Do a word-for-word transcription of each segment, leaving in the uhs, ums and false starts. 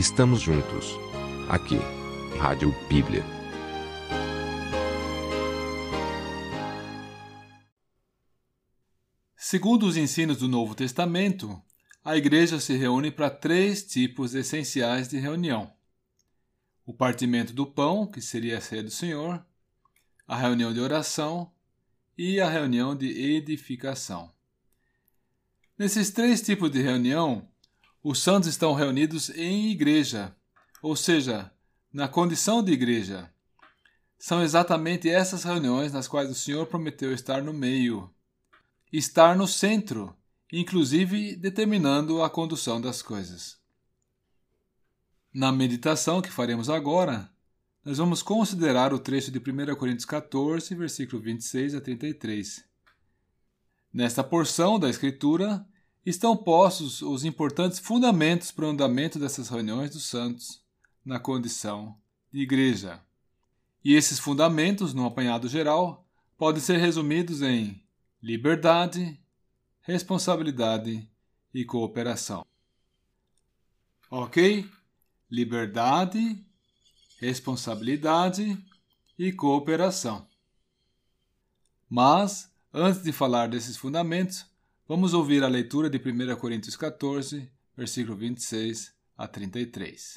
estamos juntos, aqui, Rádio Bíblia. Segundo os ensinos do Novo Testamento, a igreja se reúne para três tipos essenciais de reunião: o partimento do pão, que seria a ceia do Senhor, a reunião de oração e a reunião de edificação. Nesses três tipos de reunião, os santos estão reunidos em igreja, ou seja, na condição de igreja. São exatamente essas reuniões nas quais o Senhor prometeu estar no meio, estar no centro, inclusive determinando a condução das coisas. Na meditação que faremos agora, nós vamos considerar o trecho de primeira Coríntios quatorze, versículo vinte e seis a trinta e três. Nesta porção da Escritura estão postos os importantes fundamentos para o andamento dessas reuniões dos santos na condição de igreja. E esses fundamentos, num apanhado geral, podem ser resumidos em liberdade, responsabilidade e cooperação. Ok? Liberdade, responsabilidade e cooperação. Mas, antes de falar desses fundamentos, vamos ouvir a leitura de primeira Coríntios quatorze, versículo vinte e seis a trinta e três.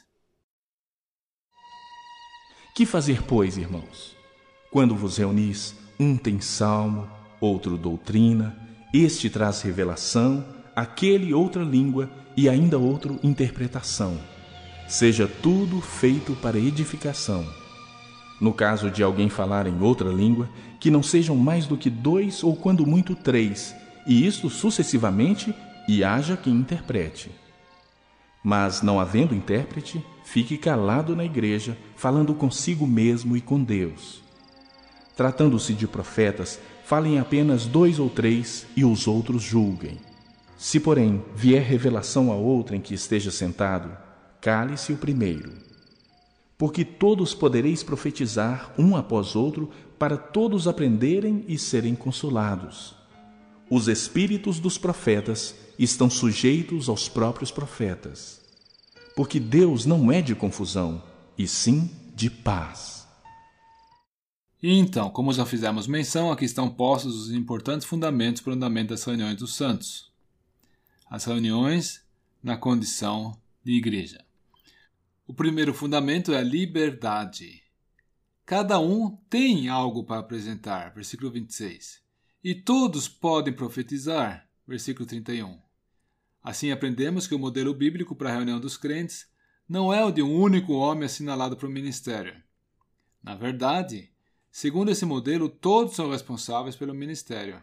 Que fazer, pois, irmãos? Quando vos reunis, um tem salmo, outro doutrina, este traz revelação, aquele outra língua e ainda outro interpretação. Seja tudo feito para edificação. No caso de alguém falar em outra língua, que não sejam mais do que dois ou quando muito três, e isto sucessivamente, e haja quem interprete. Mas, não havendo intérprete, fique calado na igreja, falando consigo mesmo e com Deus. Tratando-se de profetas, falem apenas dois ou três, e os outros julguem. Se, porém, vier revelação a outrem que esteja sentado, cale-se o primeiro. Porque todos podereis profetizar um após outro, para todos aprenderem e serem consolados. Os espíritos dos profetas estão sujeitos aos próprios profetas. Porque Deus não é de confusão, e sim de paz. E então, como já fizemos menção, aqui estão postos os importantes fundamentos para o andamento das reuniões dos santos. As reuniões na condição de igreja. O primeiro fundamento é a liberdade. Cada um tem algo para apresentar, versículo vinte e seis. E todos podem profetizar, versículo trinta e um. Assim aprendemos que o modelo bíblico para a reunião dos crentes não é o de um único homem assinalado para o ministério. Na verdade, segundo esse modelo, todos são responsáveis pelo ministério.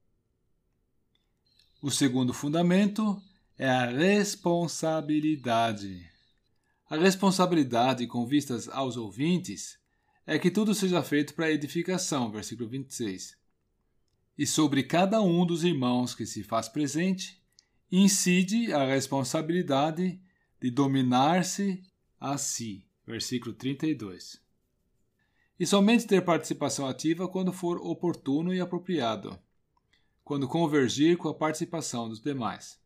O segundo fundamento é a responsabilidade. A responsabilidade com vistas aos ouvintes é que tudo seja feito para edificação, versículo vinte e seis. E sobre cada um dos irmãos que se faz presente, incide a responsabilidade de dominar-se a si, versículo trinta e dois. E somente ter participação ativa quando for oportuno e apropriado, quando convergir com a participação dos demais.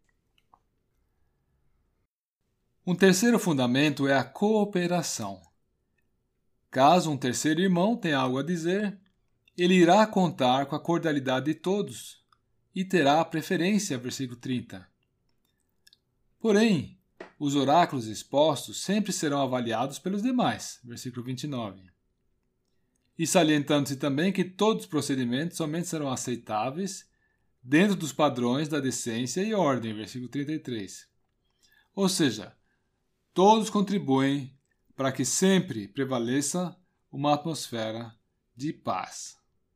Um terceiro fundamento é a cooperação. Caso um terceiro irmão tenha algo a dizer, ele irá contar com a cordialidade de todos e terá a preferência, versículo trinta. Porém, os oráculos expostos sempre serão avaliados pelos demais, versículo vinte e nove. E salientando-se também que todos os procedimentos somente serão aceitáveis dentro dos padrões da decência e ordem, versículo trinta e três. Ou seja, todos contribuem para que sempre prevaleça uma atmosfera de paz.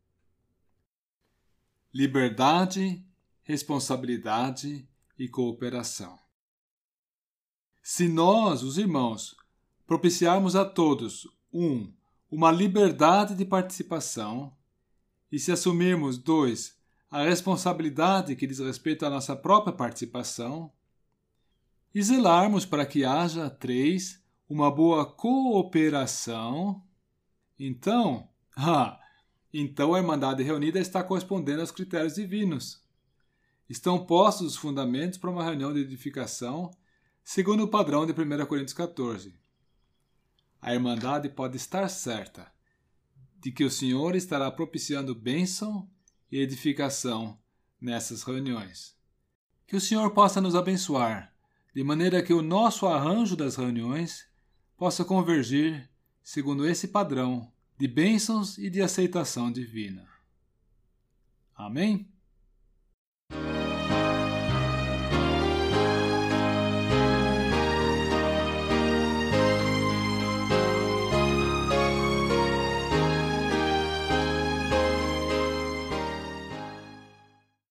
Liberdade, responsabilidade e cooperação. Se nós, os irmãos, propiciarmos a todos, um, uma liberdade de participação, e se assumirmos, dois, a responsabilidade que diz respeito à nossa própria participação, e zelarmos para que haja, três, uma boa cooperação, então, ah, então a Irmandade reunida está correspondendo aos critérios divinos. Estão postos os fundamentos para uma reunião de edificação segundo o padrão de primeira Coríntios quatorze. A Irmandade pode estar certa de que o Senhor estará propiciando bênção e edificação nessas reuniões. Que o Senhor possa nos abençoar, de maneira que o nosso arranjo das reuniões possa convergir segundo esse padrão de bênçãos e de aceitação divina. Amém?